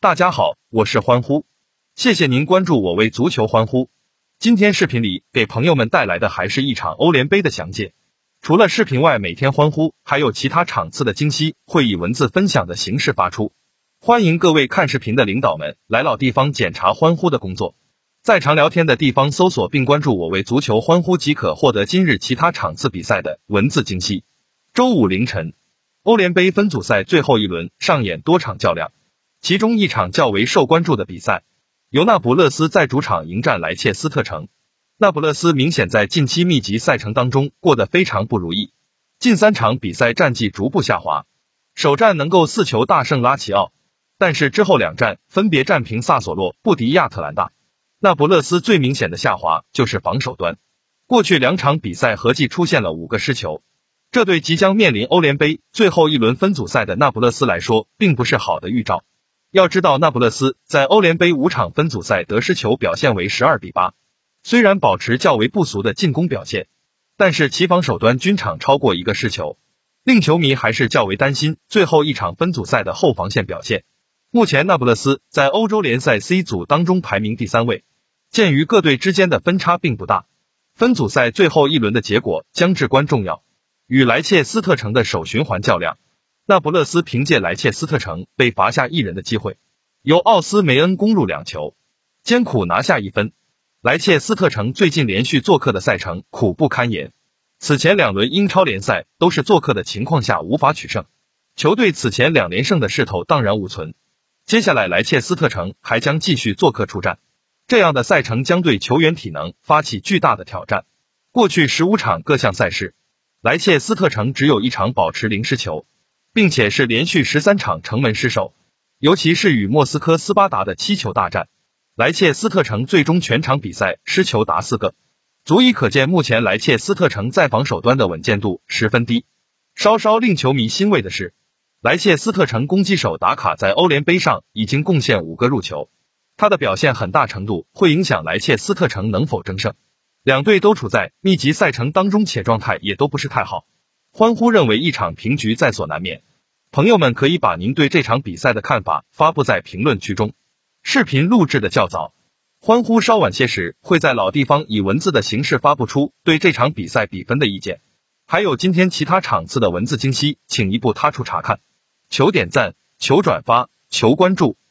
大家好，我是欢呼，谢谢您关注我为足球欢呼。今天视频里给朋友们带来的还是一场欧联杯的详解。除了视频外，每天欢呼还有其他场次的惊喜会以文字分享的形式发出，欢迎各位看视频的领导们来老地方检查欢呼的工作。在常聊天的地方搜索并关注我为足球欢呼即可获得今日其他场次比赛的文字惊喜。周五凌晨，欧联杯分组赛最后一轮上演多场较量，其中一场较为受关注的比赛，由那不勒斯在主场迎战莱切斯特城。那不勒斯明显在近期密集赛程当中过得非常不如意，近3场比赛战绩逐步下滑，首战能够4球大胜拉齐奥，但是之后2战分别战平萨索洛、不敌亚特兰大。那不勒斯最明显的下滑就是防守端，过去2场比赛合计出现了5个失球，这对即将面临欧联杯最后一轮分组赛的那不勒斯来说并不是好的预兆。要知道那不勒斯在欧联杯5场分组赛得失球表现为12-8，虽然保持较为不俗的进攻表现，但是其防守端均场超过1个失球，令球迷还是较为担心最后一场分组赛的后防线表现。目前那不勒斯在欧洲联赛 C 组当中排名第3位，鉴于各队之间的分差并不大，分组赛最后一轮的结果将至关重要。与莱切斯特城的首循环较量，那不勒斯凭借莱切斯特城被罚下1人的机会，由奥斯梅恩攻入2球，艰苦拿下1分。莱切斯特城最近连续做客的赛程苦不堪言，此前2轮英超联赛都是做客的情况下无法取胜，球队此前2连胜的势头荡然无存。接下来莱切斯特城还将继续做客出战，这样的赛程将对球员体能发起巨大的挑战。过去15场各项赛事，莱切斯特城只有1场保持0失球，并且是连续13场城门失守，尤其是与莫斯科斯巴达的7球大战，莱切斯特城最终全场比赛失球达4个，足以可见目前莱切斯特城在防守端的稳健度十分低。稍稍令球迷欣慰的是，莱切斯特城攻击手达卡在欧联杯上已经贡献5个入球，他的表现很大程度会影响莱切斯特城能否争胜。两队都处在密集赛程当中，且状态也都不是太好。欢呼认为一场平局在所难免，朋友们可以把您对这场比赛的看法发布在评论区中。视频录制的较早，欢呼稍晚些时会在老地方以文字的形式发布出对这场比赛比分的意见，还有今天其他场次的文字惊喜，请一步踏出查看。求点赞，求转发，求关注。